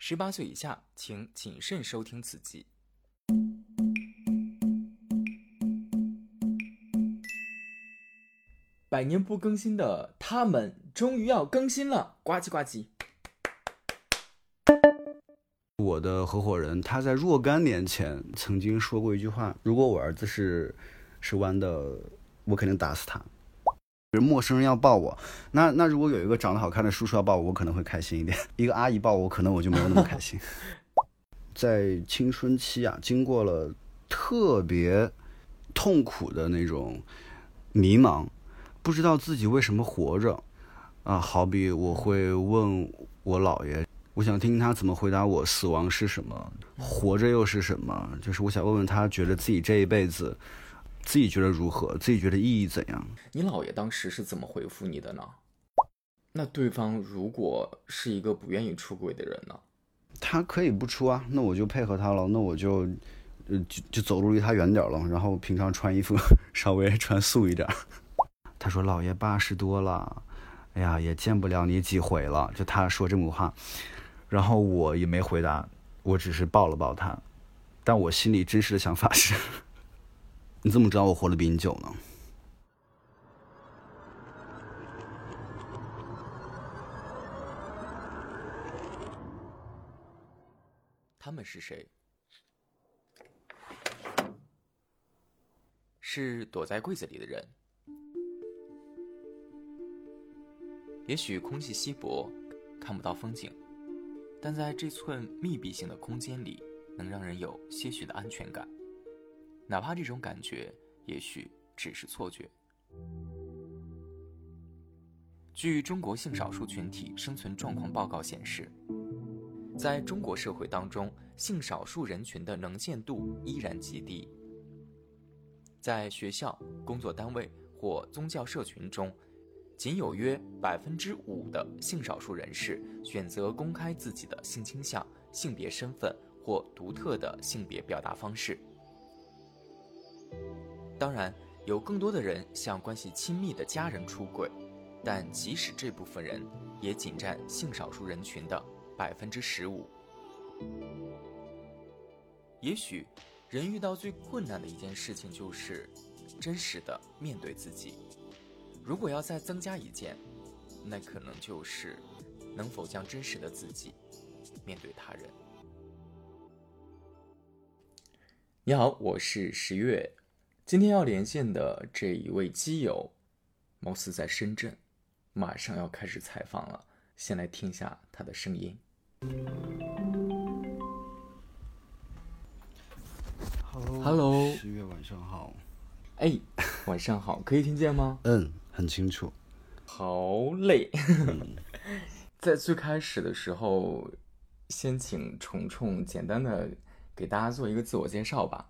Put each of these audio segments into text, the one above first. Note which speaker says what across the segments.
Speaker 1: 18岁以下请谨慎收听此集。100年不更新的他们终于要更新了，呱唧呱唧。
Speaker 2: 我的合伙人他在若干年前曾经说过一句话：如果我儿子是弯的，我肯定打死他。陌生人要抱我，那如果有一个长得好看的叔叔要抱我，我可能会开心一点；一个阿姨抱我，可能我就没有那么开心。在青春期啊，经过了特别痛苦的那种迷茫，不知道自己为什么活着啊。好比我会问我姥爷，我想听他怎么回答我死亡是什么，活着又是什么，就是我想问问他觉得自己这一辈子自己觉得如何，自己觉得意义怎样。
Speaker 1: 你姥爷当时是怎么回复你的呢？那对方如果是一个不愿意出轨的人呢？
Speaker 2: 他可以不出啊，那我就配合他了，那我就走路离他远点了，然后平常穿衣服稍微穿素一点。他说姥爷80多了，哎呀也见不了你几回了，就他说这么话，然后我也没回答，我只是抱了抱他，但我心里真实的想法是你怎么知道我活得比你久呢？
Speaker 1: 他们是谁？是躲在柜子里的人。也许空气稀薄，看不到风景，但在这寸密闭性的空间里，能让人有些许的安全感，哪怕这种感觉也许只是错觉。据中国性少数群体生存状况报告显示，在中国社会当中，性少数人群的能见度依然极低。在学校、工作单位或宗教社群中，仅有约5%的性少数人士选择公开自己的性倾向、性别身份或独特的性别表达方式。当然，有更多的人向关系亲密的家人出轨，但即使这部分人，也仅占性少数人群的15%。也许人遇到最困难的一件事情就是真实的面对自己。如果要再增加一件，那可能就是能否将真实的自己面对他人。你好，我是10月。今天要连线的这一位基友貌似在深圳，马上要开始采访了，先来听一下他的声音。Hello，
Speaker 2: 10月晚上好。
Speaker 1: 哎，晚上好，可以听见吗？
Speaker 2: 很清楚。
Speaker 1: 好累。在最开始的时候，先请虫虫简单的给大家做一个自我介绍吧。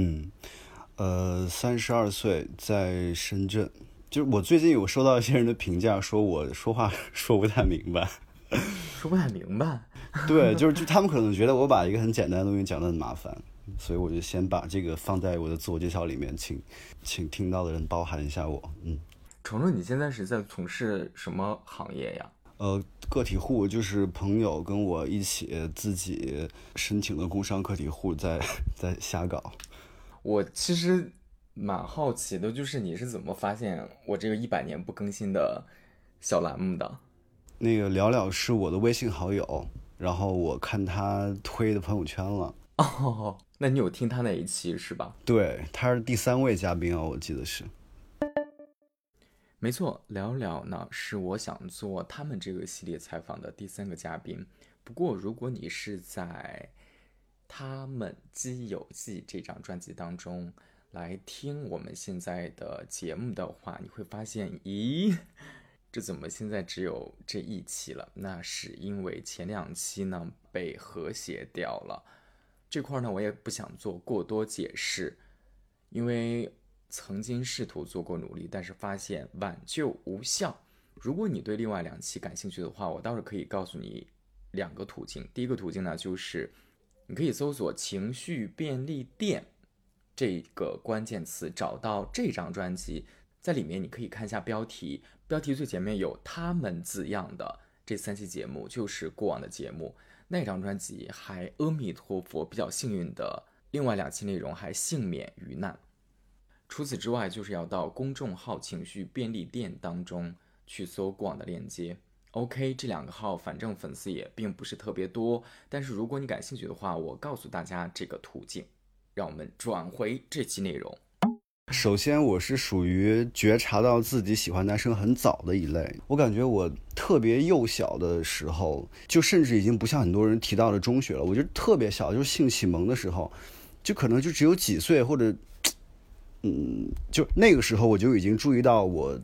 Speaker 2: 32岁，在深圳。就是我最近有收到一些人的评价，说我说话说不太明白。
Speaker 1: 说不太明白？
Speaker 2: 对，就他们可能觉得我把一个很简单的东西讲得很麻烦，所以我就先把这个放在我的自我介绍里面，请听到的人包涵一下我。
Speaker 1: 虫虫，你现在是在从事什么行业呀？
Speaker 2: 个体户，就是朋友跟我一起自己申请的工商个体户在瞎搞。
Speaker 1: 我其实蛮好奇的，就是你是怎么发现我这个100年不更新的小栏目的？
Speaker 2: 那个聊聊是我的微信好友，然后我看他推的朋友圈了。
Speaker 1: 哦，那你有听他那一期是吧？
Speaker 2: 对，他是第3位嘉宾我记得是。
Speaker 1: 没错，聊聊呢是我想做他们这个系列采访的第3个嘉宾。不过如果你是在他们基友记这张专辑当中来听我们现在的节目的话，你会发现，咦，这怎么现在只有这一期了？那是因为前2期呢被和谐掉了。这块呢我也不想做过多解释，因为曾经试图做过努力，但是发现挽救无效。如果你对另外2期感兴趣的话，我倒是可以告诉你2个途径。第一个途径呢，就是你可以搜索情绪便利店这个关键词，找到这张专辑，在里面你可以看一下标题，标题最前面有他们字样的这3期节目就是过往的节目。 那张专辑还阿弥陀佛比较幸运的，另外2期内容还幸免于难。除此之外，就是要到公众号情绪便利店当中去搜过往的链接。OK， 这2个号反正粉丝也并不是特别多，但是如果你感兴趣的话，我告诉大家这个途径。让我们转回这期内容。
Speaker 2: 首先，我是属于觉察到自己喜欢男生很早的一类。我感觉我特别幼小的时候，就甚至已经不像很多人提到的中学了。我觉得特别小，就是性启蒙的时候，就可能就只有几岁，或者，就那个时候我就已经注意到我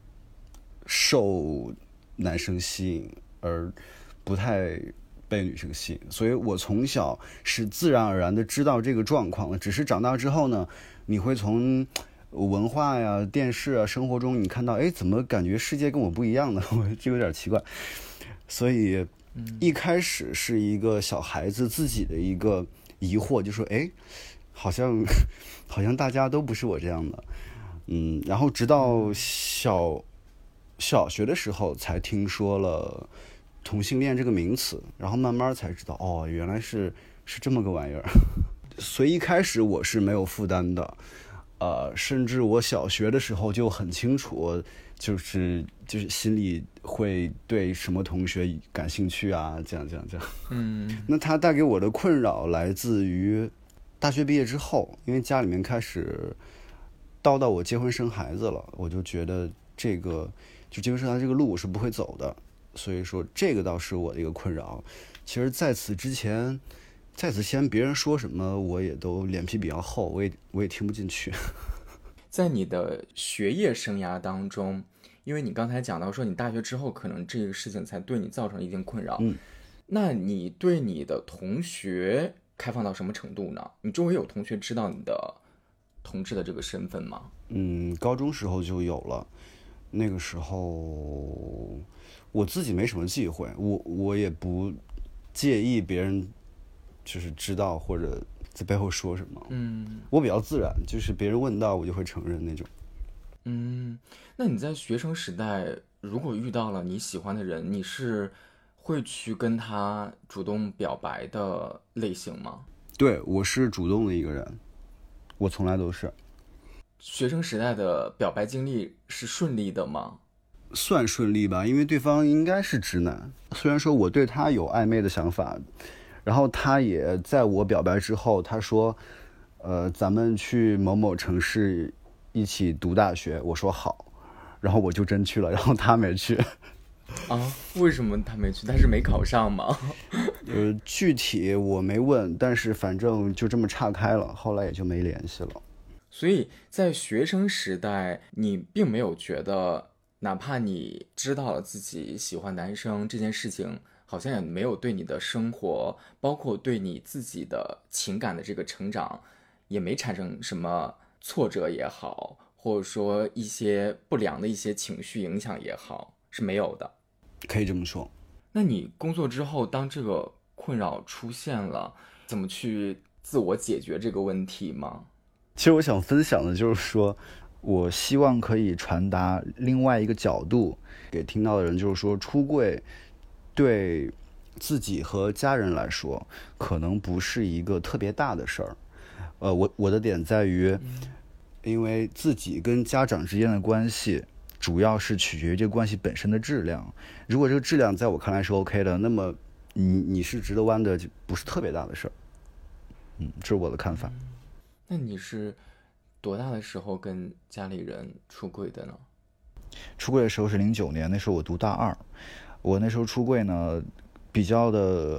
Speaker 2: 受男生吸引，而不太被女生吸引。所以我从小是自然而然的知道这个状况了。只是长大之后呢，你会从文化呀、电视啊、生活中你看到，哎，怎么感觉世界跟我不一样呢？我这有点奇怪。所以一开始是一个小孩子自己的一个疑惑，就说，哎，好像大家都不是我这样的。然后直到小学的时候才听说了同性恋这个名词，然后慢慢才知道，哦，原来是这么个玩意儿。所以一开始我是没有负担的，甚至我小学的时候就很清楚，就是心里会对什么同学感兴趣啊，这样。那他带给我的困扰来自于大学毕业之后，因为家里面开始叨叨我结婚生孩子了，我就觉得这个就结婚生孩子这个路我是不会走的，所以说这个倒是我的一个困扰。其实在此前别人说什么我也都脸皮比较厚，我也听不进去。
Speaker 1: 在你的学业生涯当中，因为你刚才讲到说你大学之后可能这个事情才对你造成一定困扰，那你对你的同学开放到什么程度呢？你周围有同学知道你的同志的这个身份吗？
Speaker 2: 高中时候就有了。那个时候我自己没什么忌讳，我也不介意别人就是知道或者在背后说什么。我比较自然，就是别人问到我就会承认那种。
Speaker 1: 那你在学生时代如果遇到了你喜欢的人，你是会去跟他主动表白的类型吗？
Speaker 2: 对，我是主动的一个人，我从来都是。
Speaker 1: 学生时代的表白经历是顺利的吗？
Speaker 2: 算顺利吧，因为对方应该是直男，虽然说我对他有暧昧的想法，然后他也在我表白之后他说咱们去某某城市一起读大学，我说好，然后我就真去了，然后他没去。
Speaker 1: 为什么他没去？他是没考上吗？
Speaker 2: 具体我没问，但是反正就这么岔开了，后来也就没联系了。
Speaker 1: 所以在学生时代你并没有觉得哪怕你知道了自己喜欢男生这件事情好像也没有对你的生活包括对你自己的情感的这个成长也没产生什么挫折也好，或者说一些不良的一些情绪影响也好，是没有的。
Speaker 2: 可以这么说。
Speaker 1: 那你工作之后当这个困扰出现了，怎么去自我解决这个问题吗？
Speaker 2: 其实我想分享的就是说，我希望可以传达另外一个角度给听到的人，就是说出柜对自己和家人来说可能不是一个特别大的事儿。我的点在于，因为自己跟家长之间的关系主要是取决于这个关系本身的质量，如果这个质量在我看来是 OK 的，那么你是直得弯的，就不是特别大的事儿。这是我的看法。
Speaker 1: 那你是多大的时候跟家里人出柜的呢？
Speaker 2: 出柜的时候是09年，那时候我读大2。我那时候出柜呢，比较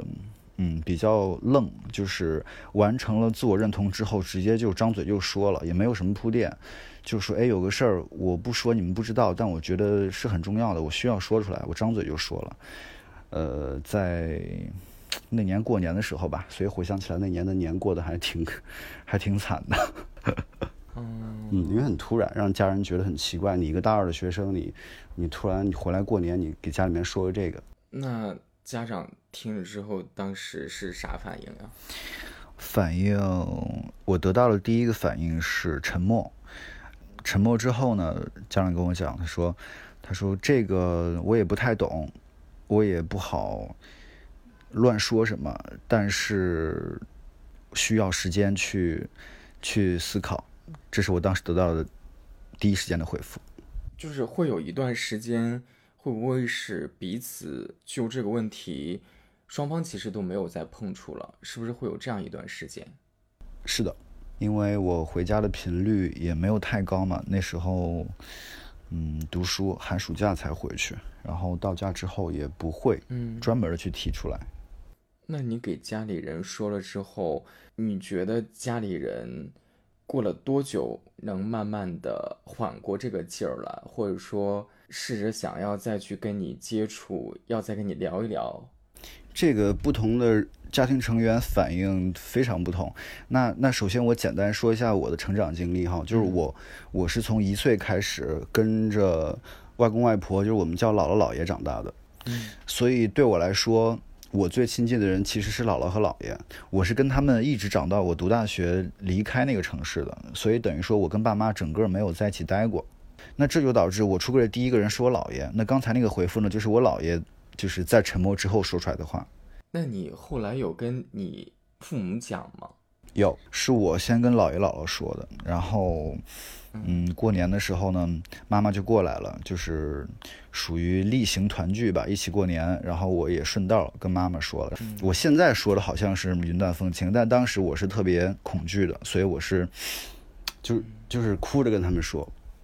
Speaker 2: 愣，就是完成了自我认同之后，直接就张嘴就说了，也没有什么铺垫，就说有个事儿我不说你们不知道，但我觉得是很重要的，我需要说出来，我张嘴就说了。在那年过年的时候吧，所以回想起来那年的年过得还挺惨的。因为很突然，让家人觉得很奇怪，你一个大2的学生，你突然你回来过年，你给家里面说这个。
Speaker 1: 那家长听了之后当时是啥反应啊？
Speaker 2: 反应我得到的第一个反应是沉默。沉默之后呢，家长跟我讲，他说这个我也不太懂，我也不好乱说什么，但是需要时间去思考，这是我当时得到的第一时间的回复。
Speaker 1: 就是会有一段时间，会不会是彼此就这个问题，双方其实都没有再碰触了，是不是会有这样一段时间？
Speaker 2: 是的，因为我回家的频率也没有太高嘛，那时候读书寒暑假才回去，然后到家之后也不会专门的去提出来。
Speaker 1: 那你给家里人说了之后，你觉得家里人过了多久能慢慢的缓过这个劲儿来，或者说试着想要再去跟你接触，要再跟你聊一聊？
Speaker 2: 这个不同的家庭成员反应非常不同。那首先我简单说一下我的成长经历哈，就是我是从1岁开始跟着外公外婆，就是我们叫姥姥姥爷长大的。所以对我来说，我最亲近的人其实是姥姥和姥爷，我是跟他们一直长到我读大学离开那个城市的，所以等于说我跟爸妈整个没有在一起待过。那这就导致我出柜的第一个人是我姥爷。那刚才那个回复呢，就是我姥爷就是在沉默之后说出来的话。
Speaker 1: 那你后来有跟你父母讲吗？
Speaker 2: 有，是我先跟姥爷姥姥说的，然后过年的时候呢，妈妈就过来了，就是属于例行团聚吧，一起过年，然后我也顺道跟妈妈说了。我现在说的好像是云淡风轻，但当时我是特别恐惧的，所以我是就是哭着跟他们说。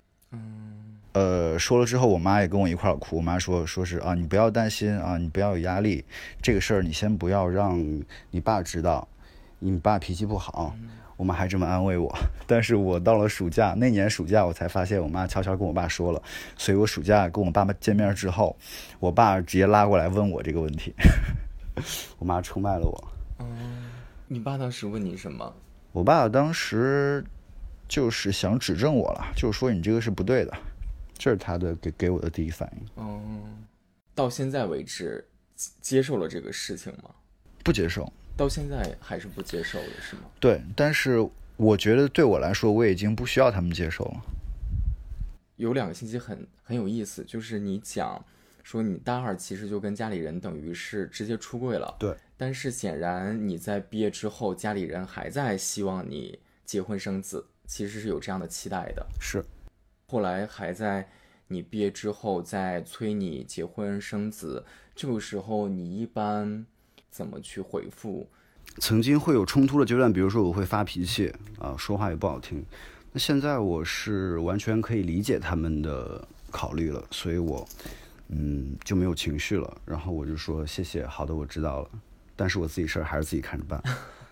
Speaker 2: 说了之后，我妈也跟我一块儿哭。我妈说是啊，你不要担心啊，你不要有压力，这个事儿你先不要让你爸知道，你爸脾气不好。我妈还这么安慰我。但是我到了那年暑假，我才发现我妈悄悄跟我爸说了。所以我暑假跟我爸妈见面之后，我爸直接拉过来问我这个问题。我妈出卖了我。
Speaker 1: 你爸当时问你什么？
Speaker 2: 我爸当时就是想指正我了，就是说你这个是不对的。这是他的给我的第一反应。
Speaker 1: 到现在为止接受了这个事情吗？
Speaker 2: 不接受。
Speaker 1: 到现在还是不接受的是吗？
Speaker 2: 对，但是我觉得对我来说，我已经不需要他们接受了。
Speaker 1: 有2个信息很有意思，就是你讲说你大2其实就跟家里人等于是直接出柜了。
Speaker 2: 对。
Speaker 1: 但是显然你在毕业之后，家里人还在希望你结婚生子，其实是有这样的期待的。
Speaker 2: 是。
Speaker 1: 后来还在你毕业之后再催你结婚生子，这个时候你一般怎么去回复？
Speaker 2: 曾经会有冲突的阶段，比如说我会发脾气说话也不好听。那现在我是完全可以理解他们的考虑了，所以我就没有情绪了。然后我就说谢谢，好的，我知道了。但是我自己事儿还是自己看着办。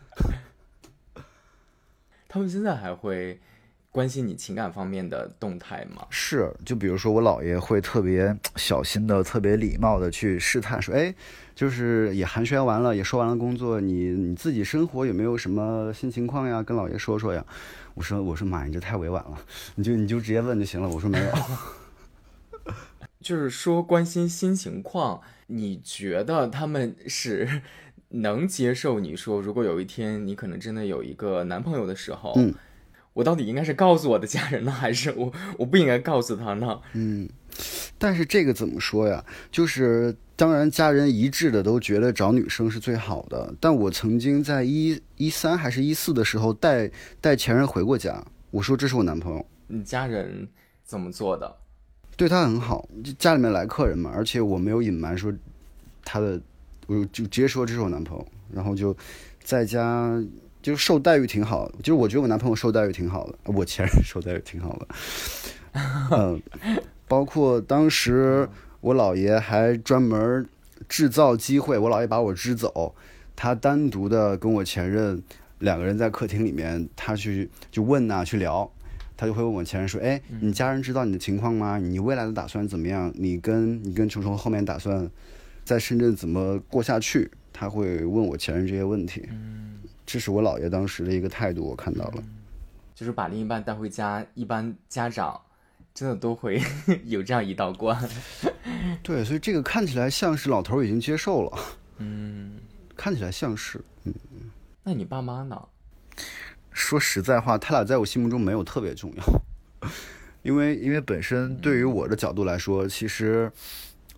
Speaker 1: 他们现在还会关心你情感方面的动态吗？
Speaker 2: 是，就比如说我姥爷会特别小心的、特别礼貌的去试探，说，就是也寒暄完了，也说完了工作，你自己生活有没有什么新情况呀？跟姥爷说说呀。我说妈，你这太委婉了，你就直接问就行了。我说没有。
Speaker 1: 就是说关心新情况，你觉得他们是能接受你说，如果有一天你可能真的有一个男朋友的时候，我到底应该是告诉我的家人呢，还是我不应该告诉他呢？
Speaker 2: 但是这个怎么说呀？就是当然家人一致的都觉得找女生是最好的，但我曾经在13还是14的时候带前任回过家，我说这是我男朋友。
Speaker 1: 你家人怎么做的？
Speaker 2: 对他很好，家里面来客人嘛，而且我没有隐瞒说我就直接说这是我男朋友，然后就在家就受待遇挺好的，就是我觉得我男朋友受待遇挺好的，我前任受待遇挺好的。包括当时我姥爷还专门制造机会，我姥爷把我支走，他单独的跟我前任2个人在客厅里面，他就问去聊，他就会问我前任说，你家人知道你的情况吗？你未来的打算怎么样？你跟虫虫后面打算在深圳怎么过下去？他会问我前任这些问题。这是我姥爷当时的一个态度，我看到了。
Speaker 1: 就是把另一半带回家，一般家长真的都会有这样一道关。
Speaker 2: 对，所以这个看起来像是老头已经接受了。看起来像是。
Speaker 1: 那你爸妈呢？
Speaker 2: 说实在话，他俩在我心目中没有特别重要。因为本身对于我的角度来说，其实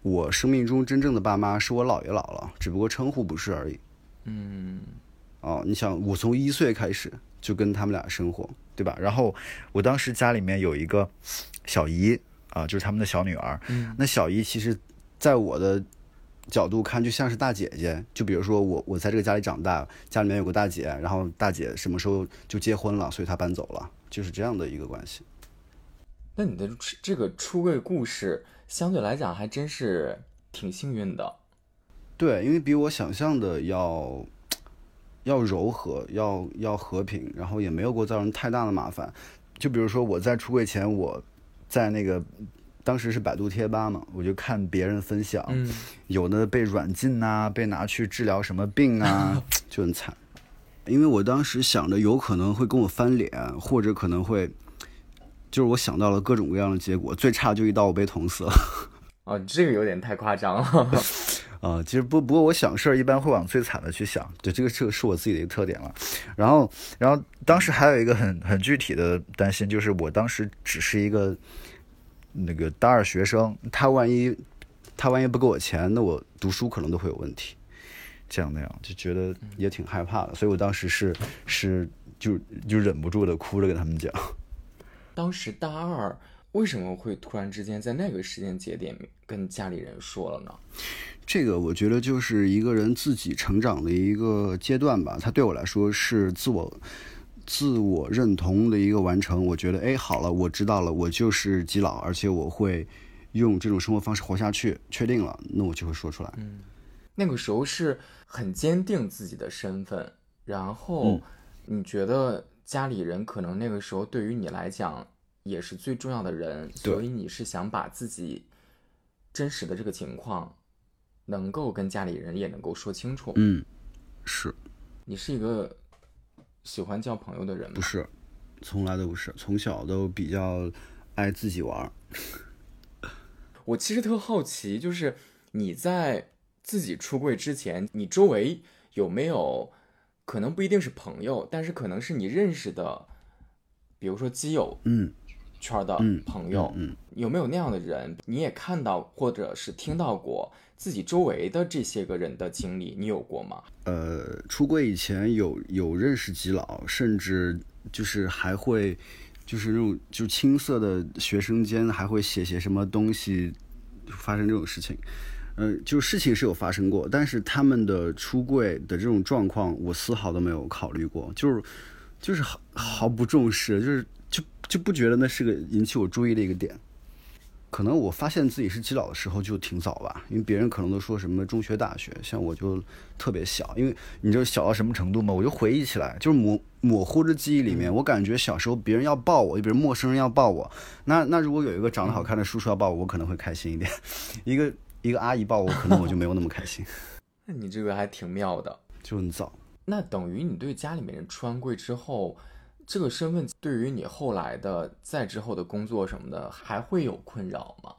Speaker 2: 我生命中真正的爸妈是我姥爷姥姥，只不过称呼不是而已。你想我从1岁开始就跟他们俩生活，对吧？然后我当时家里面有一个小姨就是他们的小女儿。那小姨其实在我的角度看就像是大姐姐，就比如说我在这个家里长大，家里面有个大姐，然后大姐什么时候就结婚了，所以她搬走了，就是这样的一个关系。
Speaker 1: 那你的这个出柜故事相对来讲还真是挺幸运的。
Speaker 2: 对，因为比我想象的要柔和，要和平，然后也没有给我造成太大的麻烦。就比如说我在出柜前，我在那个当时是百度贴吧嘛，我就看别人分享，有的被软禁啊，被拿去治疗什么病啊，就很惨。因为我当时想着有可能会跟我翻脸，或者可能会，就是我想到了各种各样的结果，最差就一刀我被捅死了。
Speaker 1: 这个有点太夸张了。
Speaker 2: 其实不过我想事儿一般会往最惨的去想，对，这个是我自己的一个特点了。然后当时还有一个很具体的担心，就是我当时只是一个那个大二学生，他万一不给我钱，那我读书可能都会有问题，这样那样就觉得也挺害怕的。所以我当时就忍不住的哭着跟他们讲。
Speaker 1: 当时大二为什么会突然之间在那个时间节点跟家里人说了呢？
Speaker 2: 这个我觉得就是一个人自己成长的一个阶段吧，它对我来说是自我认同的一个完成。我觉得好了，我知道了，我就是基佬，而且我会用这种生活方式活下去，确定了，那我就会说出来。
Speaker 1: 那个时候是很坚定自己的身份，然后你觉得家里人可能那个时候对于你来讲也是最重要的人，所以你是想把自己真实的这个情况能够跟家里人也能够说清楚。
Speaker 2: 是。
Speaker 1: 你是一个喜欢交朋友的人吗？
Speaker 2: 不是，从来都不是，从小都比较爱自己玩。
Speaker 1: 我其实特好奇，就是你在自己出柜之前，你周围有没有可能不一定是朋友，但是可能是你认识的，比如说基友圈的朋友，有没有那样的人？你也看到或者是听到过自己周围的这些个人的经历，你有过吗？
Speaker 2: 出柜以前有认识基佬，甚至就是还会就是那种就青涩的学生间还会写什么东西，发生这种事情。就事情是有发生过，但是他们的出柜的这种状况，我丝毫都没有考虑过，就是毫不重视，就不觉得那是个引起我注意的一个点。可能我发现自己是基佬的时候就挺早吧，因为别人可能都说什么中学、大学，像我就特别小。因为你知道小到什么程度吗？我就回忆起来，就是模糊的记忆里面，我感觉小时候别人要抱我，就比如陌生人要抱我，那如果有一个长得好看的叔叔要抱我，我可能会开心一点。一个阿姨抱我，可能我就没有那么开心。
Speaker 1: 那你这个还挺妙的，
Speaker 2: 就很早。
Speaker 1: 那等于你对家里面人出完柜之后，这个身份对于你后来的再之后的工作什么的还会有困扰吗？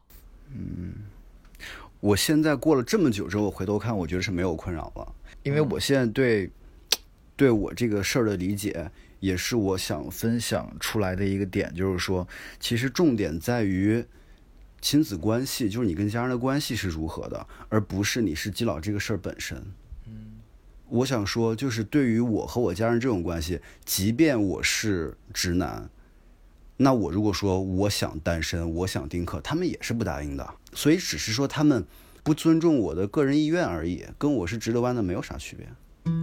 Speaker 2: 我现在过了这么久之后，我回头看，我觉得是没有困扰了，因为我现在对我这个事儿的理解，也是我想分享出来的一个点，就是说，其实重点在于亲子关系，就是你跟家人的关系是如何的，而不是你是基佬这个事儿本身。我想说，就是对于我和我家人这种关系，即便我是直男，那我如果说我想单身，我想丁克，他们也是不答应的。所以只是说他们不尊重我的个人意愿而已，跟我是直的弯的没有啥区别。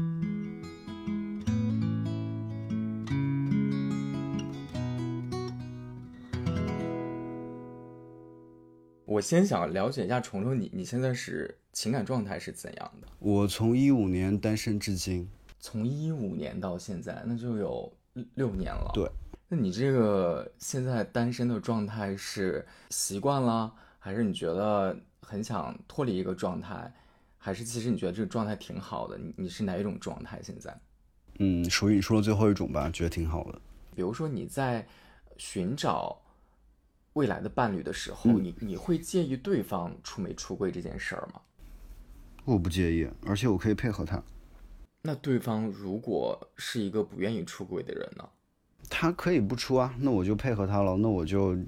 Speaker 1: 我先想了解一下虫虫，你现在是情感状态是怎样的？
Speaker 2: 我从15年单身至今。
Speaker 1: 从15年到现在，那就有6年了。
Speaker 2: 对。
Speaker 1: 那你这个现在单身的状态是习惯了，还是你觉得很想脱离一个状态，还是其实你觉得这个状态挺好的？你是哪一种状态现在？
Speaker 2: 属于你说的最后一种吧，觉得挺好的。
Speaker 1: 比如说你在寻找未来的伴侣的时候，你会介意对方出没出柜这件事儿吗？
Speaker 2: 我不介意，而且我可以配合他。
Speaker 1: 那对方如果是一个不愿意出柜的人呢？
Speaker 2: 他可以不出啊，那我就配合他了，那我就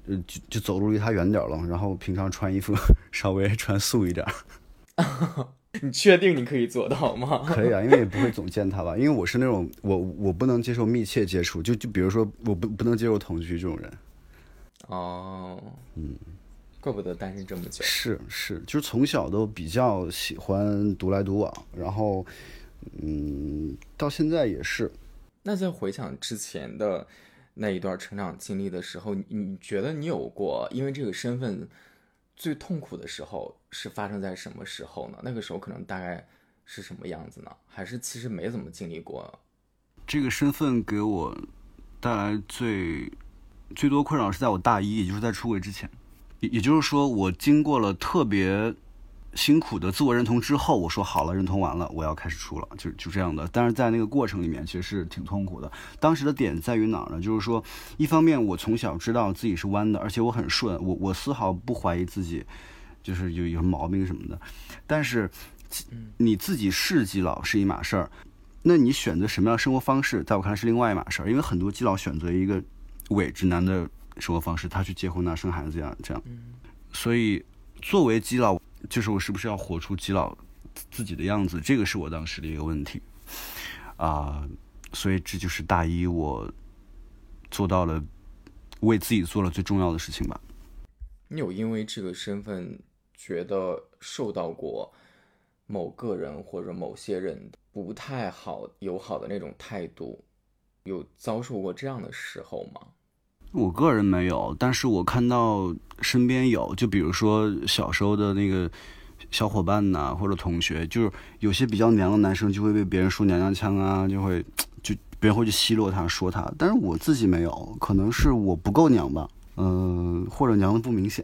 Speaker 2: 就走路离他远点了，然后平常穿衣服稍微穿素一点。
Speaker 1: 你确定你可以做到吗？
Speaker 2: 可以啊，因为也不会总见他吧，因为我是那种我不能接受密切接触，就比如说我不能接受同居这种人。
Speaker 1: 哦，怪不得单身这么久。
Speaker 2: 是，就是从小都比较喜欢独来独往，然后到现在也是。
Speaker 1: 那在回想之前的那一段成长经历的时候，你觉得你有过因为这个身份最痛苦的时候是发生在什么时候呢？那个时候可能大概是什么样子呢？还是其实没怎么经历过？
Speaker 2: 这个身份给我带来最多困扰是在我大一，也就是在出轨之前。也就是说，我经过了特别辛苦的自我认同之后，我说好了，认同完了，我要开始出了，就这样的。但是在那个过程里面，其实是挺痛苦的。当时的点在于哪儿呢？就是说，一方面我从小知道自己是弯的，而且我很顺，我丝毫不怀疑自己，就是有什么毛病什么的。但是你自己是基佬是一码事儿，那你选择什么样的生活方式，在我看来是另外一码事儿。因为很多基佬选择一个伪直男的生活方式，他去结婚啊、生孩子这样。所以作为基佬，就是我是不是要活出基佬自己的样子，这个是我当时的一个问题所以这就是大一我做到了，为自己做了最重要的事情吧。
Speaker 1: 你有因为这个身份觉得受到过某个人或者某些人不太好友好的那种态度，有遭受过这样的时候吗？
Speaker 2: 我个人没有，但是我看到身边有，就比如说小时候的那个小伙伴呐，或者同学，就是有些比较娘的男生就会被别人说娘娘腔啊，就别人会去奚落他说他，但是我自己没有，可能是我不够娘吧，或者娘的不明显。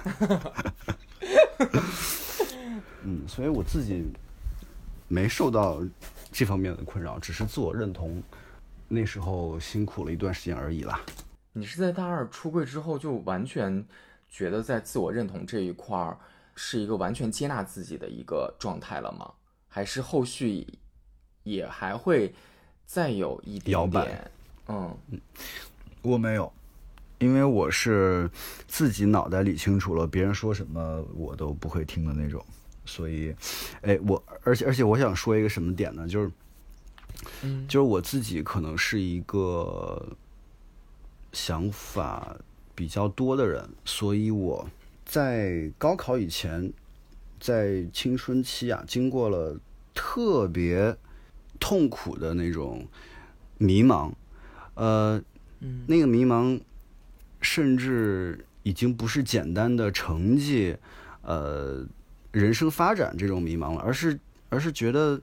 Speaker 2: 所以我自己没受到这方面的困扰，只是自我认同那时候辛苦了一段时间而已啦。
Speaker 1: 你是在大二出柜之后就完全觉得在自我认同这一块是一个完全接纳自己的一个状态了吗？还是后续也还会再有一点
Speaker 2: 摇摆？我没有，因为我是自己脑袋里清楚了，别人说什么我都不会听的那种。所以，而且我想说一个什么点呢？就是我自己可能是一个想法比较多的人，所以我在高考以前，在青春期经过了特别痛苦的那种迷茫，那个迷茫甚至已经不是简单的成绩，人生发展这种迷茫了，而是觉得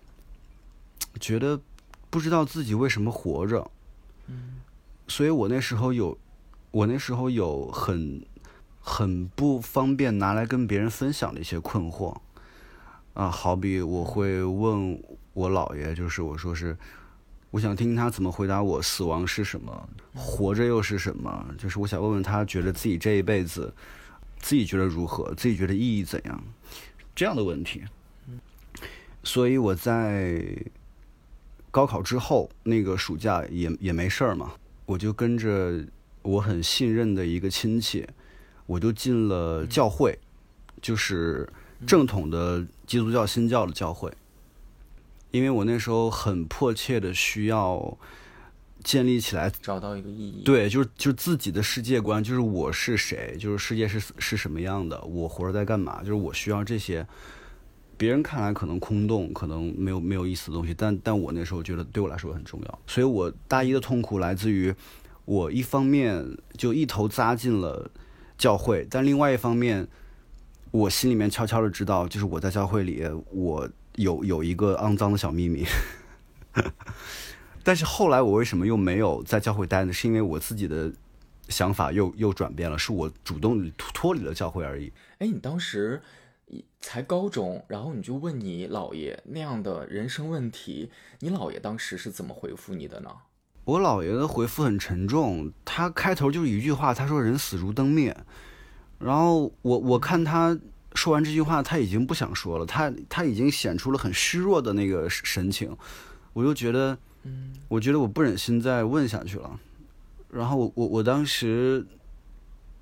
Speaker 2: 不知道自己为什么活着。所以我那时候有很不方便拿来跟别人分享的一些困惑好比我会问我姥爷，就是我说是我想听他怎么回答我死亡是什么，活着又是什么，就是我想问问他觉得自己这一辈子自己觉得如何，自己觉得意义怎样，这样的问题。所以我在高考之后那个暑假也没事儿嘛，我就跟着我很信任的一个亲戚，我就进了教会，就是正统的基督教新教的教会。因为我那时候很迫切的需要建立起来，
Speaker 1: 找到一个意义。
Speaker 2: 对，就是自己的世界观，就是我是谁，就是世界是什么样的，我活着在干嘛，就是我需要这些别人看来可能空洞，可能没有意思的东西，但我那时候觉得对我来说很重要。所以我大一的痛苦来自于我一方面就一头扎进了教会，但另外一方面我心里面悄悄的知道，就是我在教会里我有一个肮脏的小秘密。但是后来我为什么又没有在教会待呢？是因为我自己的想法又转变了，是我主动脱离了教会而已。
Speaker 1: 哎，你当时才高中，然后你就问你姥爷那样的人生问题，你姥爷当时是怎么回复你的呢？
Speaker 2: 我姥爷的回复很沉重，他开头就一句话，他说人死如灯灭。然后我看他说完这句话，他已经不想说了，他已经显出了很虚弱的那个神情，我就觉得我不忍心再问下去了。然后我当时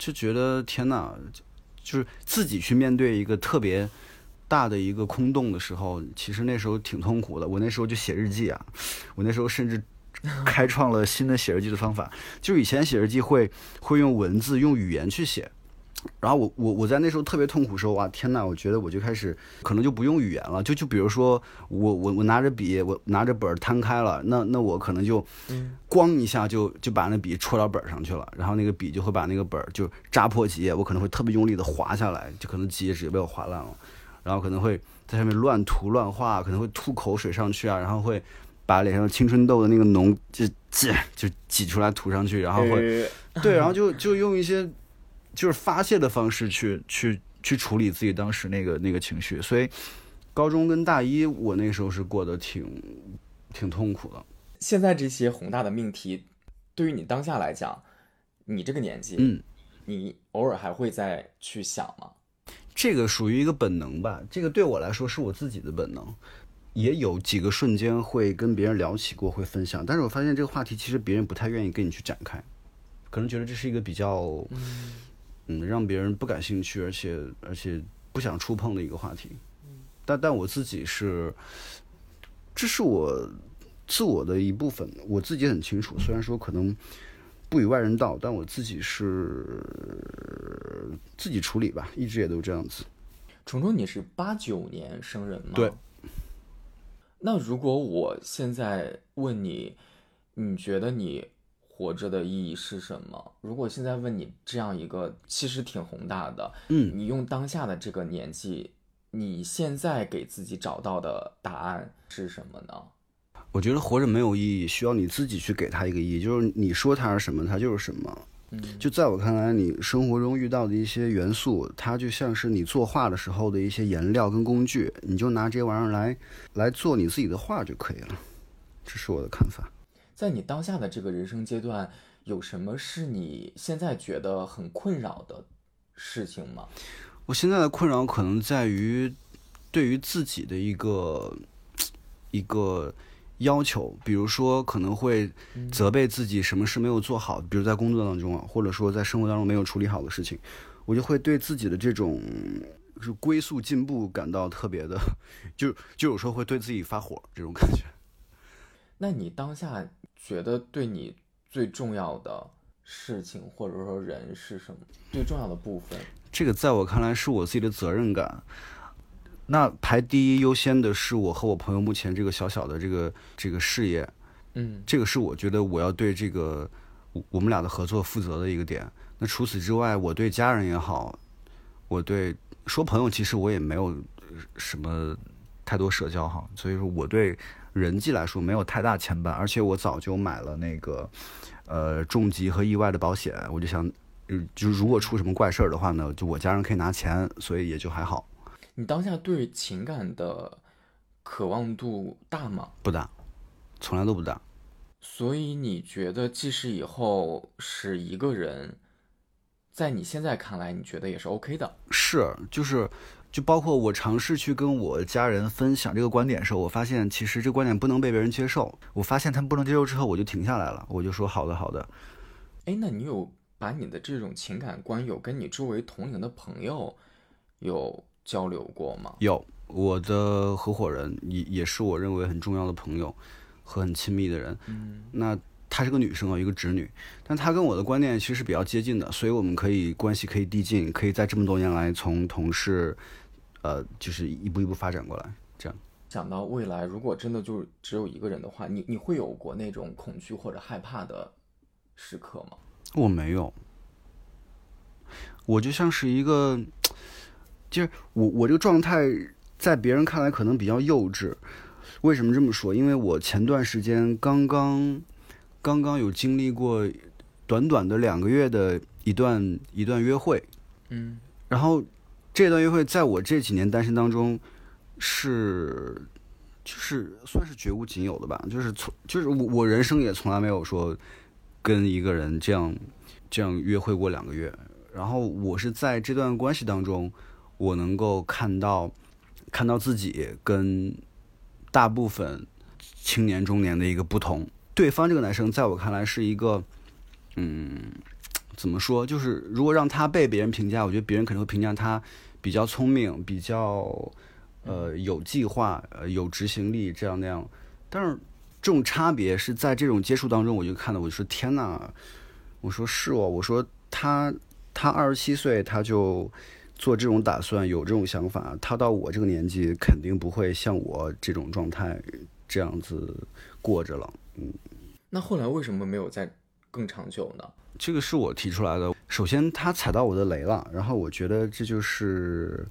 Speaker 2: 就觉得天哪，就是自己去面对一个特别大的一个空洞的时候，其实那时候挺痛苦的。我那时候就写日记啊，我那时候甚至开创了新的写日记的方法，就是以前写日记会用文字用语言去写。然后我在那时候特别痛苦的时候，哇天哪！我觉得我就开始可能就不用语言了，就比如说我拿着笔，我拿着本摊开了，那我可能就咣一下就把那笔戳到本上去了，然后那个笔就会把那个本就扎破几页，我可能会特别用力的划下来，就可能几页纸被我划烂了，然后可能会在上面乱涂乱画，可能会吐口水上去啊，然后会把脸上青春痘的那个脓就挤出来涂上去，然后会对，然后就用一些就是发泄的方式去处理自己当时那个情绪，所以高中跟大一我那时候是过得挺痛苦的。
Speaker 1: 现在这些宏大的命题，对于你当下来讲，你这个年纪，你偶尔还会再去想吗？
Speaker 2: 这个属于一个本能吧，这个对我来说是我自己的本能，也有几个瞬间会跟别人聊起过，会分享，但是我发现这个话题其实别人不太愿意跟你去展开，可能觉得这是一个比较让别人不感兴趣，而且不想触碰的一个话题。但我自己这是我自我的一部分，我自己很清楚。虽然说可能不与外人道，但我自己是自己处理吧，一直也都这样子。
Speaker 1: 虫虫，你是89年生人吗？
Speaker 2: 对。
Speaker 1: 那如果我现在问你，你觉得你活着的意义是什么？如果现在问你这样一个其实挺宏大的，你用当下的这个年纪，你现在给自己找到的答案是什么呢？
Speaker 2: 我觉得活着没有意义，需要你自己去给它一个意义，就是你说它是什么，它就是什么。就在我看来，你生活中遇到的一些元素，它就像是你作画的时候的一些颜料跟工具，你就拿这些玩意儿来做你自己的画就可以了。这是我的看法。
Speaker 1: 在你当下的这个人生阶段，有什么是你现在觉得很困扰的事情吗？
Speaker 2: 我现在的困扰可能在于对于自己的一个要求，比如说可能会责备自己什么事没有做好，比如在工作当中啊，或者说在生活当中没有处理好的事情，我就会对自己的这种是龟速进步感到特别的，就有时候会对自己发火这种感觉。
Speaker 1: 那你当下觉得对你最重要的事情或者说人是什么？最重要的部分？
Speaker 2: 这个在我看来是我自己的责任感。那排第一优先的是我和我朋友目前这个小小的这个事业，这个是我觉得我要对这个我们俩的合作负责的一个点。那除此之外，我对家人也好，我对说朋友，其实我也没有什么太多社交哈，所以说我对人际来说没有太大牵绊，而且我早就买了那个重疾和意外的保险，我就想就是如果出什么怪事儿的话呢，就我家人可以拿钱，所以也就还好。
Speaker 1: 你当下对情感的渴望度大吗？
Speaker 2: 不大，从来都不大。
Speaker 1: 所以你觉得即使以后是一个人，在你现在看来你觉得也是 OK 的？
Speaker 2: 是，就包括我尝试去跟我家人分享这个观点的时候，我发现其实这个观点不能被别人接受。我发现他们不能接受之后，我就停下来了，我就说好的好的。
Speaker 1: 那你有把你的这种情感观有跟你周围同龄的朋友有交流过吗？
Speaker 2: 有，我的合伙人也是我认为很重要的朋友和很亲密的人。那她是个女生啊，一个直女，但她跟我的观念其实是比较接近的，所以我们关系可以递进，可以在这么多年来从同事就是一步一步发展过来。这样
Speaker 1: 想到未来如果真的就只有一个人的话，你会有过那种恐惧或者害怕的时刻吗？
Speaker 2: 我没有，我就像是一个就是我这个状态在别人看来可能比较幼稚。为什么这么说？因为我前段时间刚刚有经历过短短的2个月的一段约会，然后这段约会在我这几年单身当中就是算是绝无仅有的吧，就是我人生也从来没有说跟一个人这样约会过2个月。然后我是在这段关系当中，我能够看到自己跟大部分青年中年的一个不同。对方这个男生在我看来是一个怎么说，就是如果让他被别人评价，我觉得别人可能会评价他比较聪明，比较有计划，有执行力这样那样。但是这种差别是在这种接触当中，我就看到，我就说天哪，我说是哦，我说他27岁他就做这种打算，有这种想法，他到我这个年纪肯定不会像我这种状态这样子过着了。
Speaker 1: 那后来为什么没有再更长久呢？
Speaker 2: 这个是我提出来的。首先他踩到我的雷了，然后我觉得这就是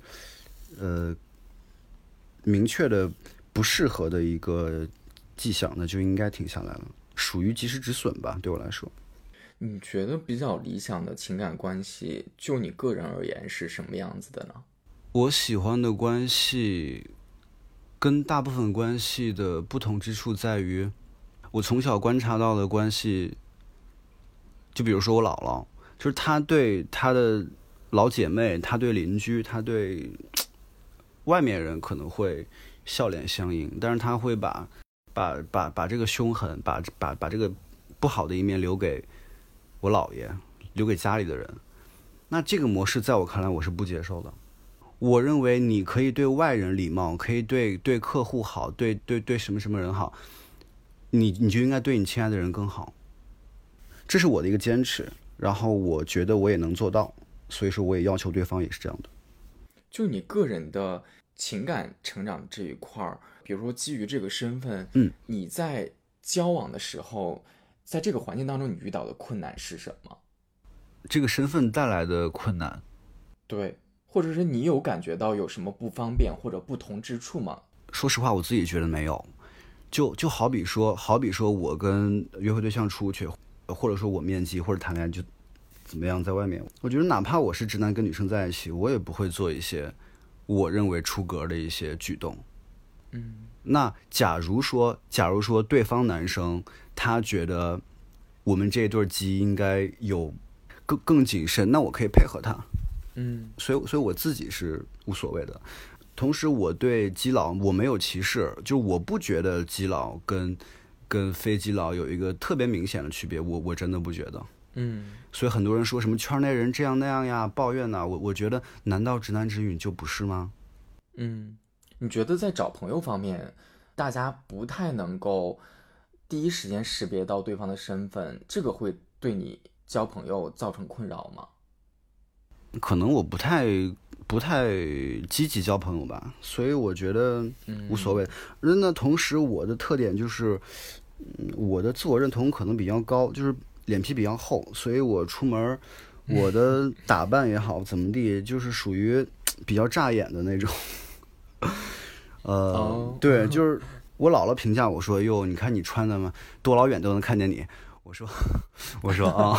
Speaker 2: 明确的不适合的一个迹象，那就应该停下来了，属于及时止损吧，对我来说。
Speaker 1: 你觉得比较理想的情感关系，就你个人而言是什么样子的呢？
Speaker 2: 我喜欢的关系跟大部分关系的不同之处在于，我从小观察到的关系，就比如说我姥姥，就是她对她的老姐妹，她对邻居，她对外面人可能会笑脸相迎，但是她会把这个凶狠，把这个不好的一面留给我姥爷，留给家里的人。那这个模式在我看来我是不接受的。我认为你可以对外人礼貌，可以对客户好，对什么什么人好，你就应该对你亲爱的人更好。这是我的一个坚持，然后我觉得我也能做到，所以说我也要求对方也是这样的。
Speaker 1: 就你个人的情感成长这一块儿，比如说基于这个身份，你在交往的时候，在这个环境当中，你遇到的困难是什么？
Speaker 2: 这个身份带来的困难，
Speaker 1: 对，或者是你有感觉到有什么不方便或者不同之处吗？
Speaker 2: 说实话，我自己觉得没有。就好比说我跟约会对象出去，或者说我面基或者谈恋爱就怎么样，在外面，我觉得哪怕我是直男跟女生在一起，我也不会做一些我认为出格的一些举动。那假如说对方男生他觉得我们这对鸡应该有更谨慎，那我可以配合他。所以我自己是无所谓的。同时我对基佬我没有歧视，就我不觉得基佬跟非基佬有一个特别明显的区别，我真的不觉得。所以很多人说什么圈内人这样那样呀，抱怨呐，我觉得难道直男直女就不是吗？
Speaker 1: 你觉得在找朋友方面，大家不太能够第一时间识别到对方的身份，这个会对你交朋友造成困扰吗？
Speaker 2: 可能我不太积极交朋友吧，所以我觉得无所谓。那同时我的特点就是，我的自我认同可能比较高，就是脸皮比较厚，所以我出门我的打扮也好怎么地，就是属于比较扎眼的那种。对，就是我姥姥评价我说：“哟，你看你穿的嘛，多老远都能看见你。”我说啊。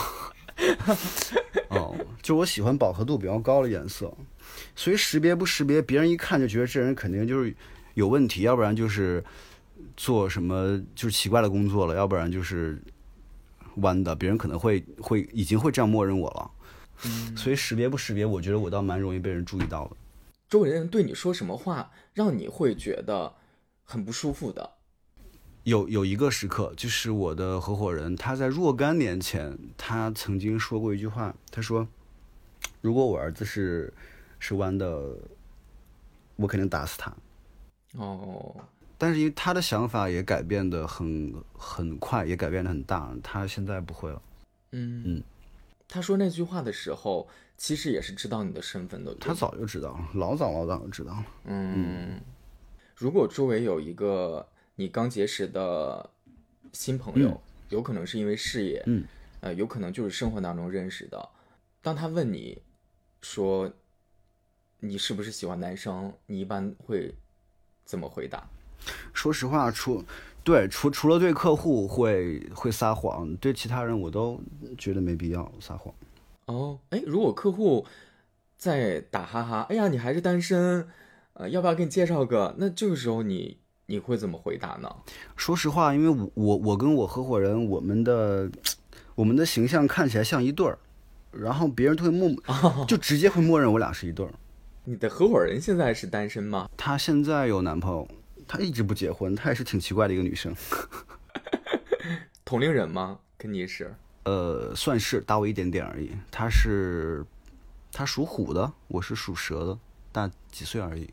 Speaker 2: 就我喜欢饱和度比较高的颜色，所以识别不识别，别人一看就觉得这人肯定就是有问题，要不然就是做什么就是奇怪的工作了，要不然就是弯的，别人可能已经会这样默认我了。所以识别不识别，我觉得我倒蛮容易被人注意到的。
Speaker 1: 周围人对你说什么话，让你会觉得很不舒服的？
Speaker 2: 有一个时刻，就是我的合伙人，他在若干年前，他曾经说过一句话，他说：“如果我儿子是弯的，我肯定打死他。”但是因为他的想法也改变得很快，也改变得很大，他现在不会了。
Speaker 1: 他说那句话的时候，其实也是知道你的身份的。
Speaker 2: 他早就知道了，老早就知道了。
Speaker 1: 如果周围有一个你刚结识的新朋友，有可能是因为事业，有可能就是生活当中认识的。当他问你说你是不是喜欢男生，你一般会怎么回答？
Speaker 2: 说实话，除了对客户会撒谎，对其他人我都觉得没必要撒谎。
Speaker 1: 如果客户在打哈哈，哎呀，你还是单身，要不要给你介绍个？那这个时候你会怎么回答呢？
Speaker 2: 说实话，因为我跟我合伙人，我们的形象看起来像一对儿，然后别人都会就直接会默认我俩是一对儿。
Speaker 1: 你的合伙人现在是单身吗？
Speaker 2: 她现在有男朋友，她一直不结婚，她也是挺奇怪的一个女生。
Speaker 1: 同龄人吗？跟你是？
Speaker 2: 算是大我一点点而已。他属虎的，我是属蛇的，大几岁而已。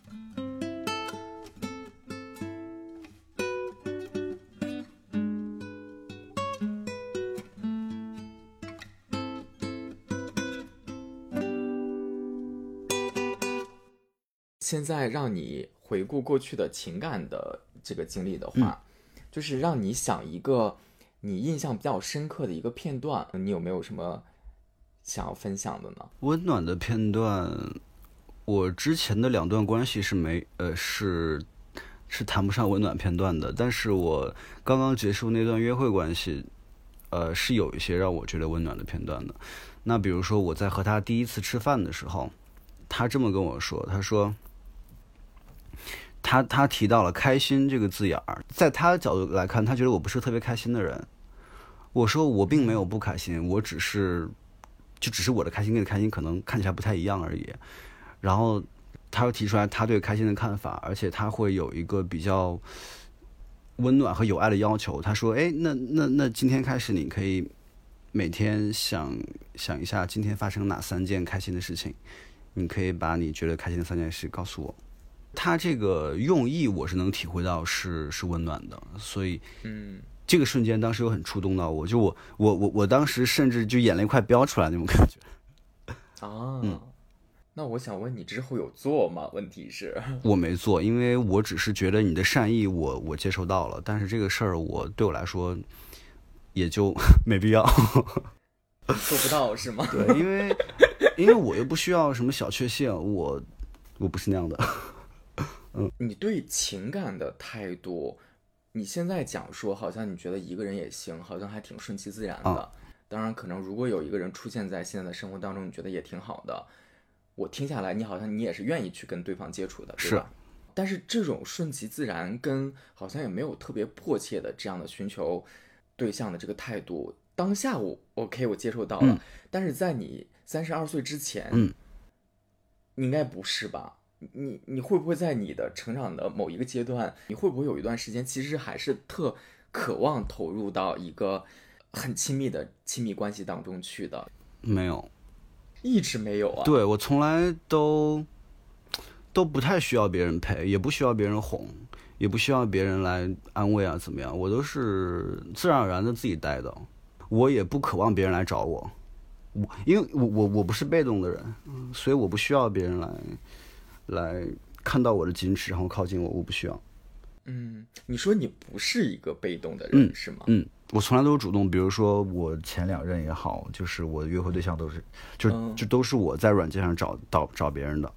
Speaker 1: 现在让你回顾过去的情感的这个经历的话，就是让你想一个你印象比较深刻的一个片段，你有没有什么想要分享的呢？
Speaker 2: 温暖的片段，我之前的2段关系是谈不上温暖片段的，但是我刚刚结束那段约会关系，是有一些让我觉得温暖的片段的。那比如说我在和他第一次吃饭的时候，他这么跟我说，他说他提到了开心这个字眼儿，在他的角度来看，他觉得我不是特别开心的人。我说我并没有不开心，我只是我的开心跟你的开心可能看起来不太一样而已。然后他又提出来他对开心的看法，而且他会有一个比较温暖和有爱的要求。他说，哎，那今天开始你可以每天想一下今天发生哪3件开心的事情，你可以把你觉得开心的3件事告诉我。他这个用意我是能体会到是温暖的，所以这个瞬间当时有很触动到我，就我当时甚至就眼泪快飙出来那种感觉
Speaker 1: 啊。那我想问你之后有做吗？问题是
Speaker 2: 我没做，因为我只是觉得你的善意我接收到了，但是这个事儿对我来说也就没必要
Speaker 1: 做不到是吗？
Speaker 2: 对，因为我又不需要什么小确幸，我不是那样的
Speaker 1: 你对情感的态度，你现在讲说好像你觉得一个人也行，好像还挺顺其自然的。当然可能如果有一个人出现在现在的生活当中，你觉得也挺好的，我听下来你好像你也是愿意去跟对方接触的，对吧？但是这种顺其自然跟好像也没有特别迫切的这样的寻求对象的这个态度，当下我 OK 我接受到了，但是在你32岁之前，你应该不是吧？你会不会在你的成长的某一个阶段，你会不会有一段时间其实还是特渴望投入到一个很亲密的亲密关系当中去的？
Speaker 2: 没有，
Speaker 1: 一直没有啊。
Speaker 2: 对，我从来都不太需要别人陪，也不需要别人哄，也不需要别人来安慰啊怎么样，我都是自然而然的自己带的，我也不渴望别人来找我，因为我不是被动的人，所以我不需要别人来看到我的矜持然后靠近我不需要。
Speaker 1: 你说你不是一个被动的人，是吗？
Speaker 2: 我从来都是主动，比如说我前2任也好，就是我的约会对象都是就都是我在软件上找别人的。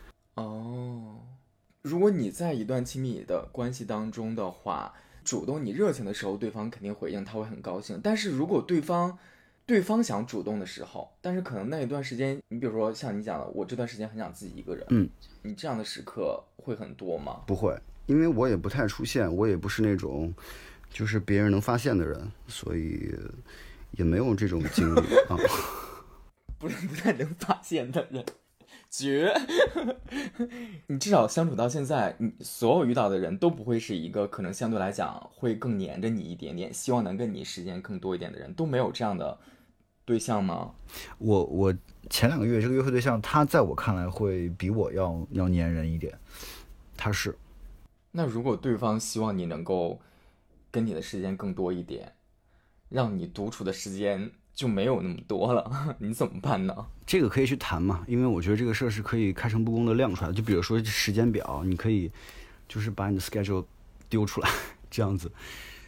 Speaker 1: 如果你在一段亲密的关系当中的话，主动你热情的时候，对方肯定回应，他会很高兴。但是如果对方想主动的时候，但是可能那一段时间，你比如说像你讲的，我这段时间很想自己一个人，你这样的时刻会很多吗？
Speaker 2: 不会，因为我也不太出现，我也不是那种就是别人能发现的人，所以也没有这种经历啊。
Speaker 1: 不太能发现的人，绝！你至少相处到现在，你所有遇到的人都不会是一个可能相对来讲会更黏着你一点点，希望能跟你时间更多一点的人，都没有这样的对象吗？我前2个月这个约会对象，他在我看来会比我要黏人一点，他是。那如果对方希望你能够跟你的时间更多一点，让你独处的时间就没有那么多了，你怎么办呢？
Speaker 2: 这个可以去谈嘛，因为我觉得这个事儿是可以开诚布公的亮出来。就比如说时间表，你可以就是把你的 schedule 丢出来，这样子，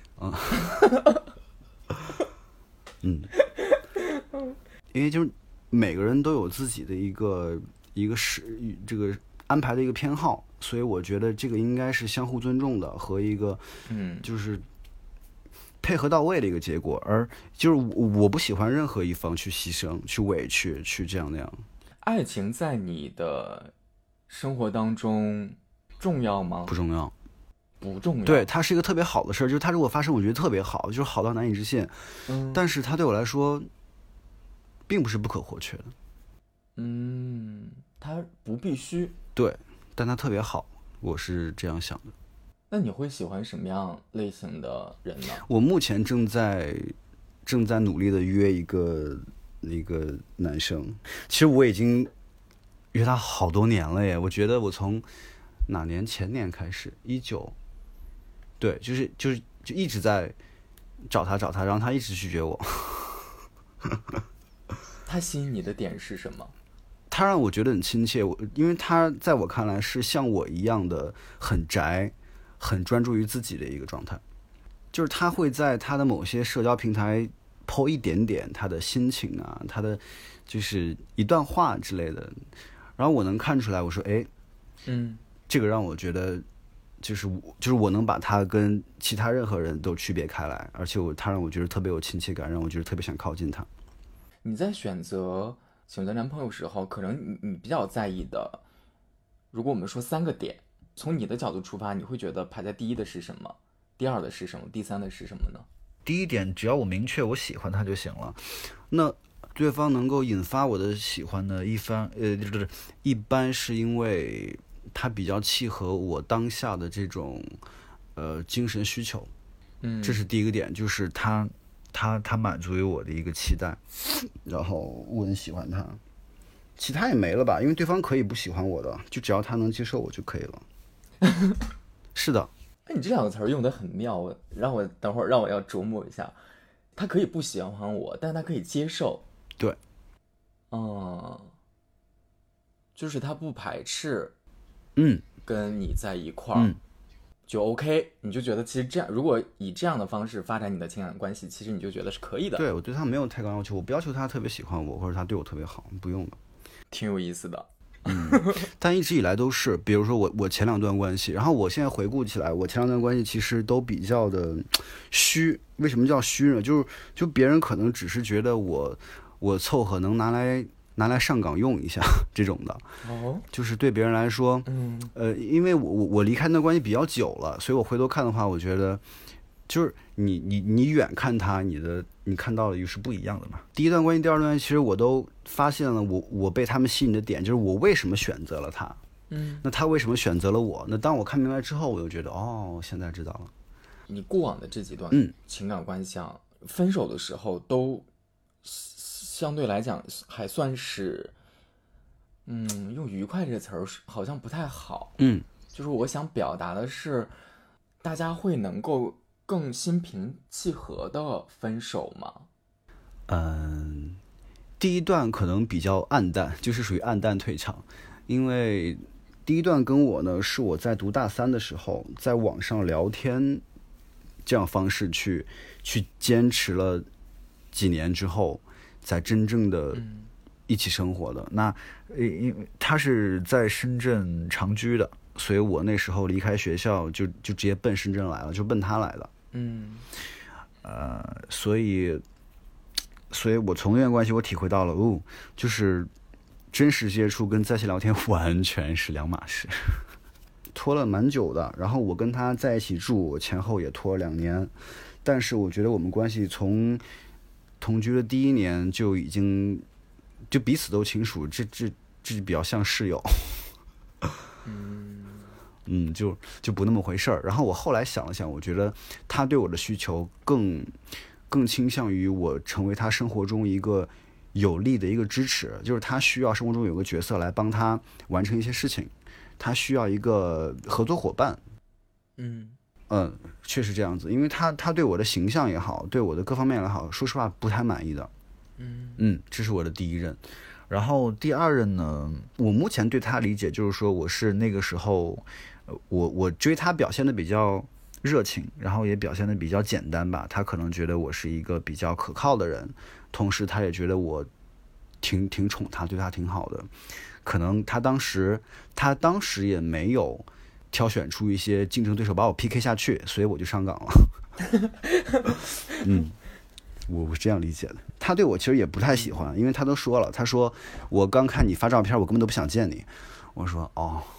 Speaker 2: 因为就是每个人都有自己的一个这个安排的一个偏好，所以我觉得这个应该是相互尊重的和一个就是配合到位的一个结果，而就是我不喜欢任何一方去牺牲、去委屈、去这样那样。爱情在你的生活当中重要吗？不重要，不重要。对，它是一个特别好的事儿，就是它如果发生，我觉得特别好，就是好到难以置信。但是它对我来说，并不是不可或缺的。它不必须。对，但它特别好，我是这样想的。那你会喜欢什么样类型的人呢？我目前正在正在努力的约一个那个男生，其实我已经约他好多年了耶。我觉得我从哪年前年开始，19，对，就一直在找他，然后他一直拒绝我。
Speaker 1: 他吸引你的点是什么？
Speaker 2: 他让我觉得很亲切，因为他在我看来是像我一样的很宅、很专注于自己的一个状态，就是他会在他的某些社交平台po一点点他的心情啊，他的就是一段话之类的，然后我能看出来，我说，哎，这个让我觉得就是我能把他跟其他任何人都区别开来，而且他让我觉得特别有亲切感，让我觉得特别想靠近他。
Speaker 1: 你在选择男朋友时候，可能你比较在意的，如果我们说3个点，从你的角度出发，你会觉得排在第一的是什么？第二的是什么？第三的是什么呢？
Speaker 2: 第一点，只要我明确我喜欢他就行了。那对方能够引发我的喜欢的一般是因为他比较契合我当下的这种精神需求。这是第一个点，就是他满足于我的一个期待，然后我很喜欢他，其他也没了吧，因为对方可以不喜欢我的，就只要他能接受我就可以了。是的。
Speaker 1: 哎，你这2个词用得很妙，让我要琢磨一下。他可以不喜欢我，但他可以接受。
Speaker 2: 对。
Speaker 1: 就是他不排斥，跟你在一块
Speaker 2: 儿，
Speaker 1: 就 OK， 你就觉得其实这样，如果以这样的方式发展你的情感关系，其实你就觉得是可以的。
Speaker 2: 对，我对他没有太高要求，我不要求他特别喜欢我，或者他对我特别好，不用的。
Speaker 1: 挺有意思的。
Speaker 2: 但一直以来都是，比如说我前2段关系，然后我现在回顾起来，我前2段关系其实都比较的虚。为什么叫虚呢？就别人可能只是觉得我凑合能拿来上岗用一下这种的。就是对别人来说，因为我离开那关系比较久了，所以我回头看的话，我觉得就是你远看他，你看到的又是不一样的嘛。第一段关系、第2段关系，其实我都发现了我被他们吸引的点，就是我为什么选择了他，那他为什么选择了我？那当我看明白之后，我就觉得现在知道了。
Speaker 1: 你过往的这几段情感关系啊，分手的时候都相对来讲还算是，用愉快这个词儿好像不太好，就是我想表达的是，大家会能够更心平气和的分手吗？
Speaker 2: 第一段可能比较暗淡，就是属于暗淡退场，因为第一段跟我呢是我在读大3的时候，在网上聊天这样方式去坚持了几年之后，才真正的一起生活的。那因为他是在深圳长居的，所以我那时候离开学校就直接奔深圳来了，就奔他来的。所以我从那段关系我体会到了，就是真实接触跟在线聊天完全是2码事。拖了蛮久的，然后我跟他在一起住，前后也拖了2年，但是我觉得我们关系从同居的第1年就已经就彼此都清楚，这比较像室友。就不那么回事儿。然后我后来想了想，我觉得他对我的需求更倾向于我成为他生活中一个有力的一个支持，就是他需要生活中有个角色来帮他完成一些事情，他需要一个合作伙伴。确实这样子，因为他对我的形象也好，对我的各方面也好，说实话不太满意的。这是我的第1任。然后第2任呢，我目前对他理解就是说，我是那个时候我追他表现的比较热情，然后也表现的比较简单吧，他可能觉得我是一个比较可靠的人，同时他也觉得我挺宠他，对他挺好的。可能他当时也没有挑选出一些竞争对手把我 PK 下去，所以我就上岗了。我是这样理解的。他对我其实也不太喜欢，因为他都说了，他说我刚看你发照片，我根本都不想见你。我说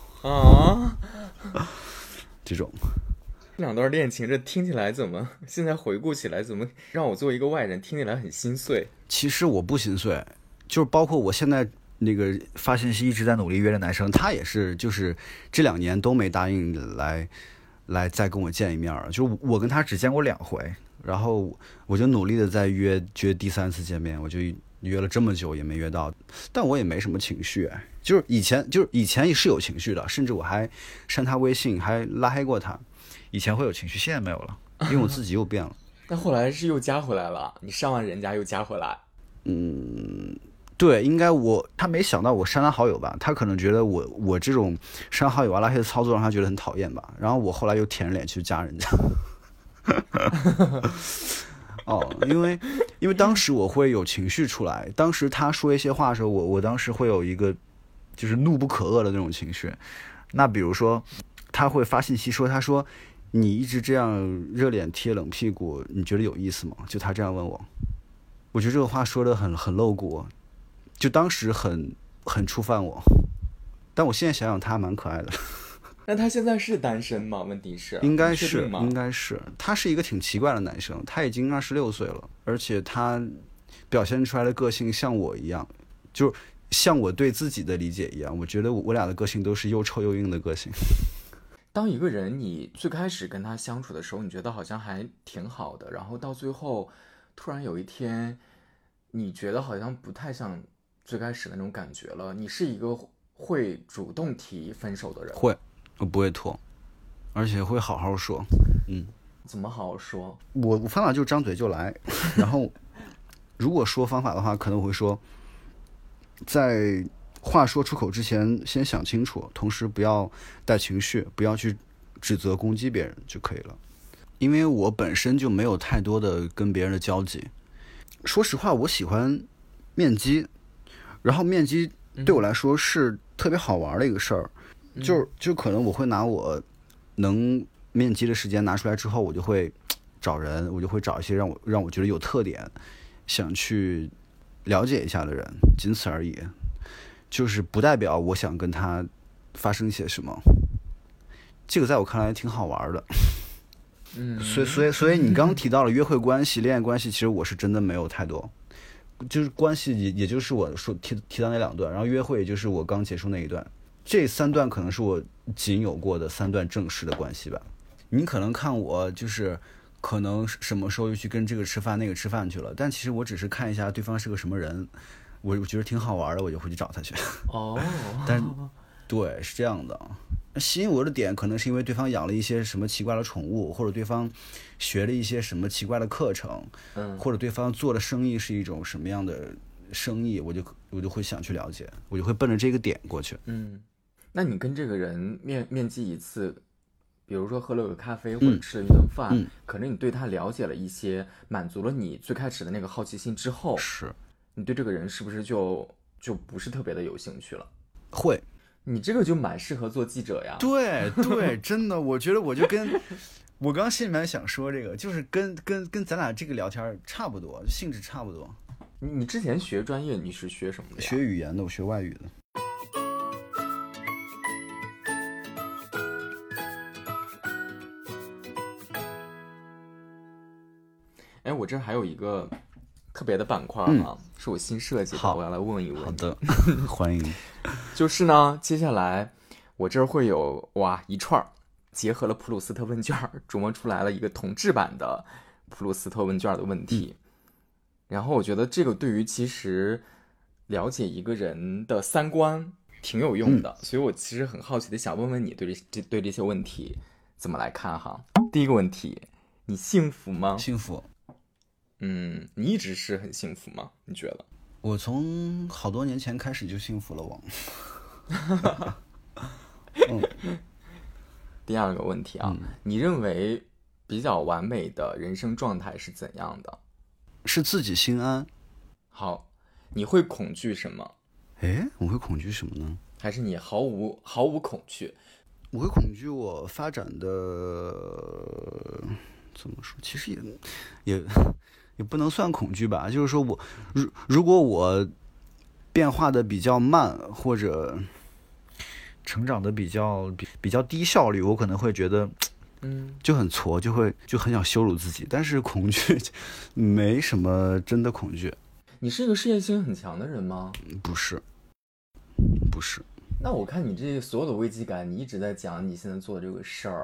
Speaker 2: 这种
Speaker 1: 2段恋情，这听起来现在回顾起来怎么让我作为一个外人听起来很心碎？
Speaker 2: 其实我不心碎，就是包括我现在那个发信息一直在努力约的男生，他也是，就是这2年都没答应来再跟我见一面了。就我跟他只见过2回，然后我就努力的在约第3次见面，我就约了这么久也没约到，但我也没什么情绪，就是以前也是有情绪的，甚至我还删他微信，还拉黑过他，以前会有情绪，现在没有了，因为我自己又变了。
Speaker 1: 但后来是又加回来了，你删完人家又加回来。
Speaker 2: 对，应该他没想到我删他好友吧，他可能觉得我这种删好友啊拉黑的操作让他觉得很讨厌吧，然后我后来又舔着脸去加人家。哦，因为当时我会有情绪出来，当时他说一些话的时候，我当时会有一个就是怒不可遏的那种情绪。那比如说他会发信息说，他说你一直这样热脸贴冷屁股，你觉得有意思吗？就他这样问我，我觉得这个话说的很露骨，就当时很触犯我，但我现在想想他还蛮可爱的。
Speaker 1: 那他现在是单身吗？问题是
Speaker 2: 应该是他是一个挺奇怪的男生，他已经26岁了，而且他表现出来的个性像我一样，就像我对自己的理解一样，我觉得我俩的个性都是又臭又硬的个性。
Speaker 1: 当一个人你最开始跟他相处的时候，你觉得好像还挺好的，然后到最后突然有一天你觉得好像不太像最开始那种感觉了，你是一个会主动提分手的人？
Speaker 2: 会，我不会拖，而且会好好说。
Speaker 1: 怎么好好说？
Speaker 2: 我方法就是张嘴就来，然后如果说方法的话，可能我会说，在话说出口之前先想清楚，同时不要带情绪，不要去指责攻击别人就可以了。因为我本身就没有太多的跟别人的交集，说实话我喜欢面基，然后面基对我来说是特别好玩的一个事儿，就可能我会拿我能面基的时间拿出来之后，我就会找人，我就会找一些让我觉得有特点想去了解一下的人，仅此而已，就是不代表我想跟他发生些什么，这个在我看来挺好玩的。所以你刚提到了约会关系、恋爱关系，其实我是真的没有太多，就是关系也就是我说提到那2段，然后约会也就是我刚结束那一段，这3段可能是我仅有过的3段正式的关系吧。你可能看我就是可能什么时候又去跟这个吃饭那个吃饭去了，但其实我只是看一下对方是个什么人，我觉得挺好玩的，我就会去找他去。但对，是这样的。吸引我的点可能是因为对方养了一些什么奇怪的宠物，或者对方学了一些什么奇怪的课程，或者对方做的生意是一种什么样的生意，我就会想去了解，我就会奔着这个点过去。
Speaker 1: 那你跟这个人面基一次，比如说喝了个咖啡或者吃了一顿饭，可能你对他了解了一些，满足了你最开始的那个好奇心之后，
Speaker 2: 是
Speaker 1: 你对这个人是不是就不是特别的有兴趣了？
Speaker 2: 会。
Speaker 1: 你这个就蛮适合做记者呀。
Speaker 2: 对，真的，我觉得我就跟我刚心里面想说这个，就是跟咱俩这个聊天差不多，性质差不多。
Speaker 1: 你之前学专业你是学什么的呀？
Speaker 2: 学语言的，我学外语的。
Speaker 1: 哎，我这还有一个特别的板块啊，是我新设计的，我要来问一问。
Speaker 2: 好的，欢迎。
Speaker 1: 就是呢，接下来我这儿会有一串结合了普鲁斯特问卷，琢磨出来了一个同质版的普鲁斯特问卷的问题。然后我觉得这个对于其实了解一个人的3观挺有用的，所以我其实很好奇的想问问你对这些问题怎么来看哈。第一个问题，你幸福吗？
Speaker 2: 幸福。
Speaker 1: 你一直是很幸福吗？你觉得？
Speaker 2: 我从好多年前开始就幸福了，
Speaker 1: 第2个问题啊，你认为比较完美的人生状态是怎样的？
Speaker 2: 是自己心安。
Speaker 1: 好，你会恐惧什么？
Speaker 2: 我会恐惧什么呢？
Speaker 1: 还是你毫无恐惧？
Speaker 2: 我会恐惧我发展的怎么说？其实也不能算恐惧吧，就是说如果我变化的比较慢，或者成长的比较低效率，我可能会觉得就很挫，就很想羞辱自己。但是恐惧没什么真的恐惧。
Speaker 1: 你是一个事业心很强的人吗？
Speaker 2: 不是。
Speaker 1: 那我看你这所有的危机感，你一直在讲你现在做的这个事儿，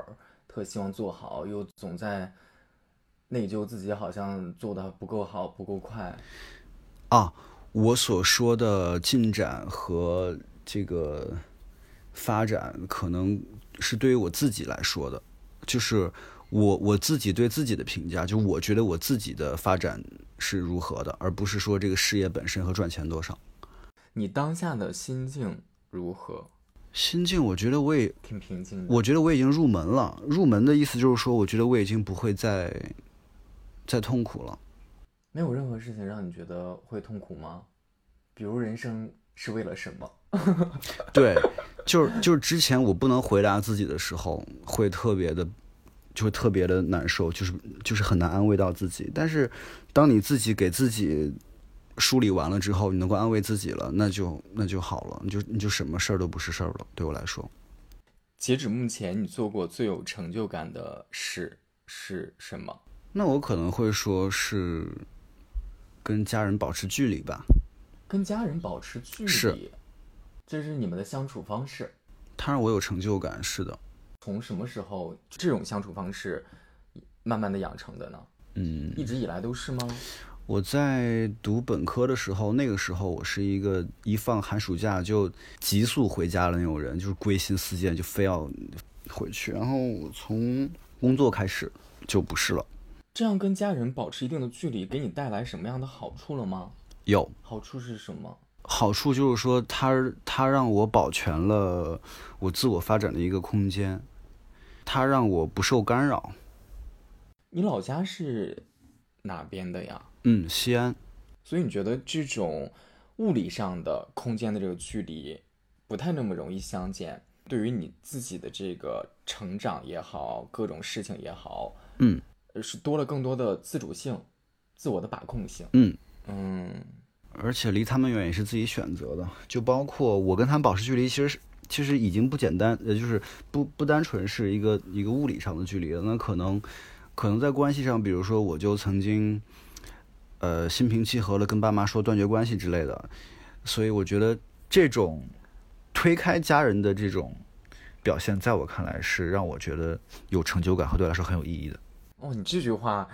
Speaker 1: 特希望做好，又总在内疚自己好像做的不够好、不够快。
Speaker 2: 啊，我所说的进展和这个发展，可能是对于我自己来说的，就是我自己对自己的评价，就我觉得我自己的发展是如何的，而不是说这个事业本身和赚钱多少。
Speaker 1: 你当下的心境如何？
Speaker 2: 心境，我觉得我也
Speaker 1: 挺平静的。
Speaker 2: 我觉得我已经入门了。入门的意思就是说，我觉得我已经不会再痛苦了。
Speaker 1: 没有任何事情让你觉得会痛苦吗？比如人生是为了什么？
Speaker 2: 对，就是之前我不能回答自己的时候，会特别的难受，就是很难安慰到自己。但是当你自己给自己梳理完了之后，你能够安慰自己了，那就好了，你就什么事儿都不是事儿了。对我来说，
Speaker 1: 截止目前，你做过最有成就感的事是什么？
Speaker 2: 那我可能会说是跟家人保持距离吧。
Speaker 1: 跟家人保持距离，
Speaker 2: 是，
Speaker 1: 这是你们的相处方式。
Speaker 2: 它让我有成就感，是的。
Speaker 1: 从什么时候这种相处方式慢慢的养成的呢？一直以来都是吗？
Speaker 2: 我在读本科的时候，那个时候我是一个一放寒暑假就急速回家的那种人，就是归心似箭，就非要回去。然后从工作开始就不是了。
Speaker 1: 这样跟家人保持一定的距离，给你带来什么样的好处了吗？
Speaker 2: 有
Speaker 1: 好处是什么？
Speaker 2: 好处就是说它让我保全了我自我发展的一个空间，它让我不受干扰。
Speaker 1: 你老家是哪边的呀？
Speaker 2: 西安。
Speaker 1: 所以你觉得这种物理上的空间的这个距离不太那么容易相见，对于你自己的这个成长也好，各种事情也好，是多了更多的自主性、自我的把控性。
Speaker 2: 而且离他们远也是自己选择的，就包括我跟他们保持距离，其实已经不简单，就是不单纯是一个物理上的距离了。那可能在关系上，比如说我就曾经心平气和的跟爸妈说断绝关系之类的，所以我觉得这种推开家人的这种表现，在我看来是让我觉得有成就感和对我来说很有意义的。
Speaker 1: 哦，你这句话，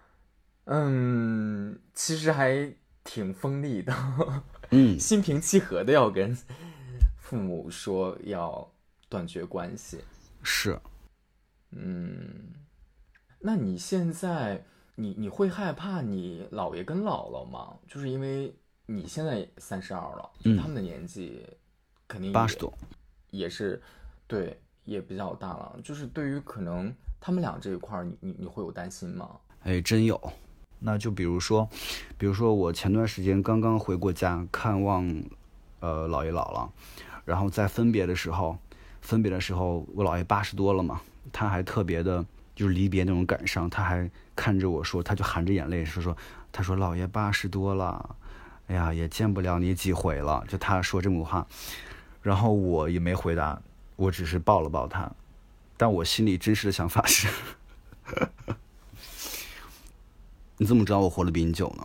Speaker 1: 其实还挺锋利的。心平气和的要跟父母说要断绝关系。
Speaker 2: 是。
Speaker 1: 那你现在你会害怕你姥爷跟姥姥吗？就是因为你现在32了，就他们的年纪肯定
Speaker 2: 80多，
Speaker 1: 也是对，也比较大了。就是对于可能他们俩这一块，你会有担心吗？
Speaker 2: 哎，真有。那就比如说我前段时间刚刚回过家看望姥爷姥姥，然后在分别的时候，我姥爷80多了嘛，他还特别的就是离别那种感伤，他还看着我说，他就含着眼泪他说姥爷80多了，哎呀也见不了你几回了，就他说这么话。然后我也没回答，我只是抱了抱他，但我心里真实的想法是你怎么知道我活得比你久呢？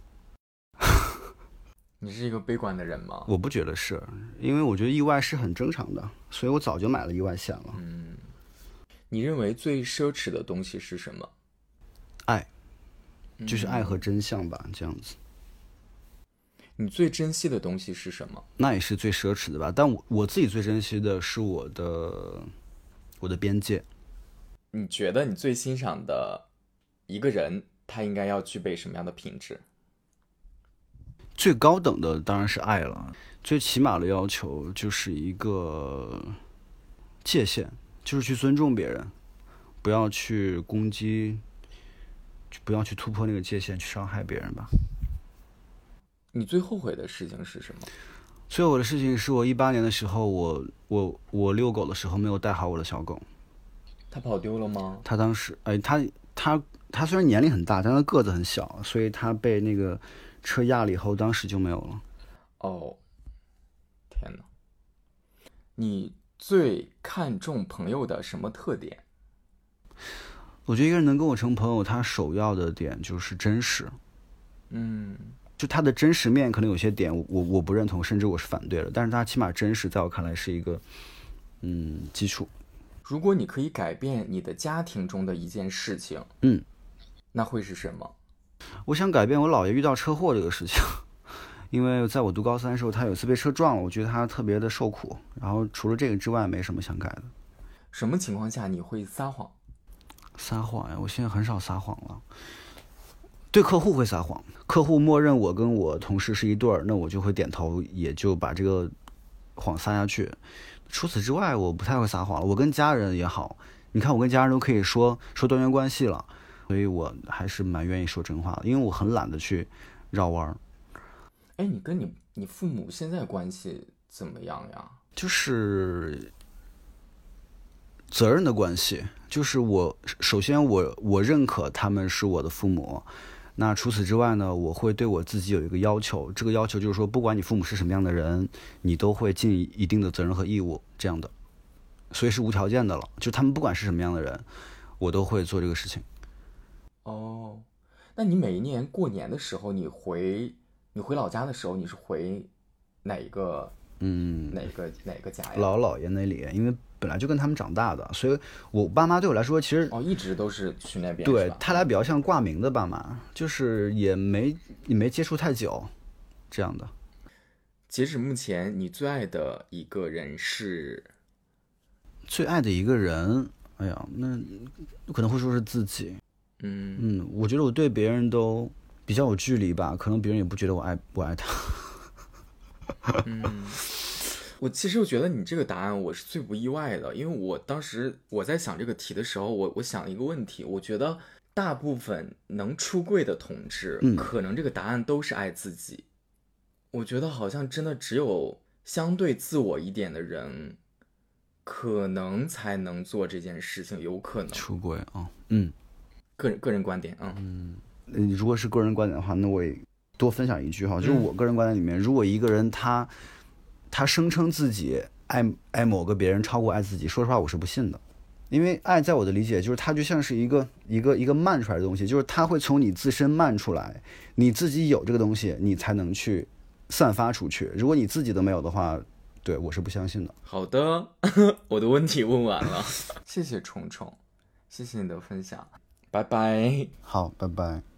Speaker 1: 你是一个悲观的人吗？
Speaker 2: 我不觉得是，因为我觉得意外是很正常的，所以我早就买了意外险了。
Speaker 1: 你认为最奢侈的东西是什么？
Speaker 2: 爱，就是爱和真相吧，这样子。
Speaker 1: 你最珍惜的东西是什么？
Speaker 2: 那也是最奢侈的吧，但我自己最珍惜的是我的边界。
Speaker 1: 你觉得你最欣赏的一个人，他应该要具备什么样的品质？
Speaker 2: 最高等的当然是爱了，最起码的要求就是一个界限，就是去尊重别人，不要去攻击，不要去突破那个界限，去伤害别人吧。
Speaker 1: 你最后悔的事情是什么？
Speaker 2: 最后悔的事情是我18年的时候，我遛狗的时候没有带好我的小狗。
Speaker 1: 他跑丢了吗？
Speaker 2: 他当时，他虽然年龄很大，但他个子很小，所以他被那个车压了以后，当时就没有了。
Speaker 1: 哦，天哪！你最看重朋友的什么特点？
Speaker 2: 我觉得一个人能跟我成朋友，他首要的点就是真实。就他的真实面可能有些点我不认同，甚至我是反对的，但是他起码真实，在我看来是一个基础。
Speaker 1: 如果你可以改变你的家庭中的一件事情，那会是什么？
Speaker 2: 我想改变我姥爷遇到车祸这个事情，因为在我读高3的时候，他有一次被车撞了，我觉得他特别的受苦。然后除了这个之外，没什么想改的。
Speaker 1: 什么情况下你会撒谎？
Speaker 2: 撒谎呀，我现在很少撒谎了。对客户会撒谎，客户默认我跟我同事是一对儿，那我就会点头，也就把这个谎撒下去。除此之外，我不太会撒谎了。我跟家人也好，你看我跟家人都可以说断绝关系了，所以我还是蛮愿意说真话的，因为我很懒得去绕弯。
Speaker 1: 哎，你跟你父母现在关系怎么样呀？
Speaker 2: 就是责任的关系，就是首先我认可他们是我的父母。那除此之外呢，我会对我自己有一个要求，这个要求就是说，不管你父母是什么样的人，你都会尽一定的责任和义务，这样的，所以是无条件的了。就他们不管是什么样的人，我都会做这个事情。
Speaker 1: 哦，那你每一年过年的时候，你回老家的时候，你是回哪个家呀？
Speaker 2: 姥姥姥爷那里，因为本来就跟他们长大的，所以我爸妈对我来说其实
Speaker 1: 一直都是去那边。
Speaker 2: 对，他俩比较像挂名的爸妈，就是也没接触太久，这样的。
Speaker 1: 截止目前，你最爱的一个人是？
Speaker 2: 最爱的一个人，哎呀，那可能会说是自己。我觉得我对别人都比较有距离吧，可能别人也不觉得我爱他。
Speaker 1: 我其实觉得你这个答案我是最不意外的，因为我当时我在想这个题的时候，我想了一个问题，我觉得大部分能出柜的同志，可能这个答案都是爱自己。我觉得好像真的只有相对自我一点的人，可能才能做这件事情，有可能
Speaker 2: 出柜啊。
Speaker 1: 个人观点啊。
Speaker 2: 如果是个人观点的话，那我也多分享一句哈，就是我个人观点里面，如果一个人他声称自己爱某个别人超过爱自己，说实话我是不信的。因为爱在我的理解就是它就像是一个漫出来的东西，就是它会从你自身漫出来，你自己有这个东西你才能去散发出去，如果你自己都没有的话，对，我是不相信的。
Speaker 1: 好的，我的问题问完了。谢谢虫虫，谢谢你的分享，拜拜。
Speaker 2: 好，拜拜。